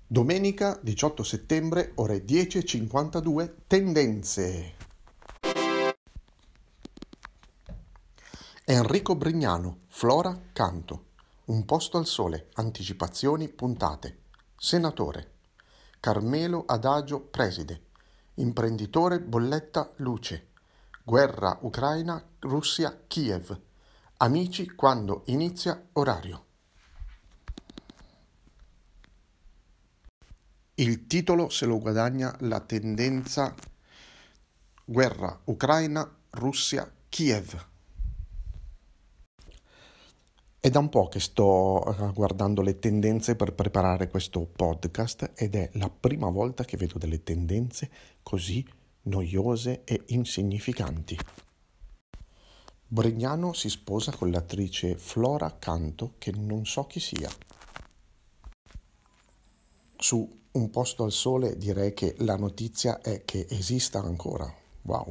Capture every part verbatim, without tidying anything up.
Domenica diciotto settembre, ore dieci e cinquantadue, tendenze. Enrico Brignano, Flora Canto. Un posto al sole, anticipazioni puntate. Senatore. Carmelo Adagio, preside. Imprenditore bolletta luce. Guerra Ucraina, Russia, Kiev. Amici quando inizia orario. Il titolo se lo guadagna la tendenza Guerra Ucraina, Russia, Kiev. È da un po' che sto guardando le tendenze per preparare questo podcast ed è la prima volta che vedo delle tendenze così noiose e insignificanti. Brignano si sposa con l'attrice Flora Canto, che non so chi sia. Su Un posto al sole direi che la notizia è che esista ancora. Wow.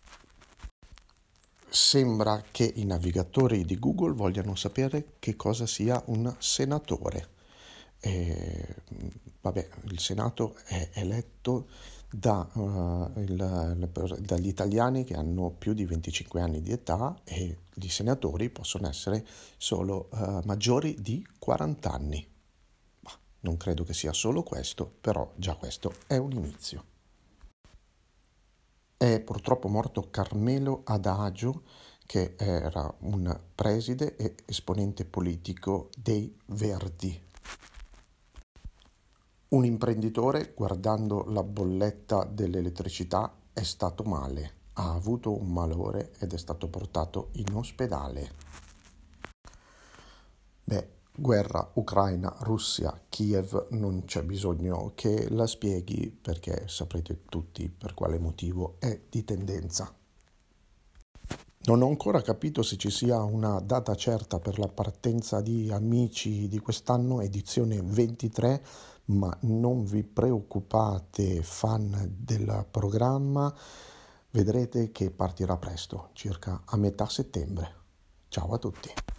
Sembra che i navigatori di Google vogliano sapere che cosa sia un senatore. E, vabbè, il Senato è eletto da, uh, il, dagli italiani che hanno più di venticinque anni di età e i senatori possono essere solo uh, maggiori di quaranta anni. Ma non credo che sia solo questo, però già questo è un inizio. È purtroppo morto Carmelo Adagio, che era un preside e esponente politico dei Verdi. Un imprenditore, guardando la bolletta dell'elettricità, è stato male, ha avuto un malore ed è stato portato in ospedale. Beh, guerra Ucraina-Russia, Kiev, non c'è bisogno che la spieghi perché saprete tutti per quale motivo è di tendenza. Non ho ancora capito se ci sia una data certa per la partenza di Amici di quest'anno, edizione ventitré, ma non vi preoccupate, fan del programma, vedrete che partirà presto, circa a metà settembre. Ciao a tutti.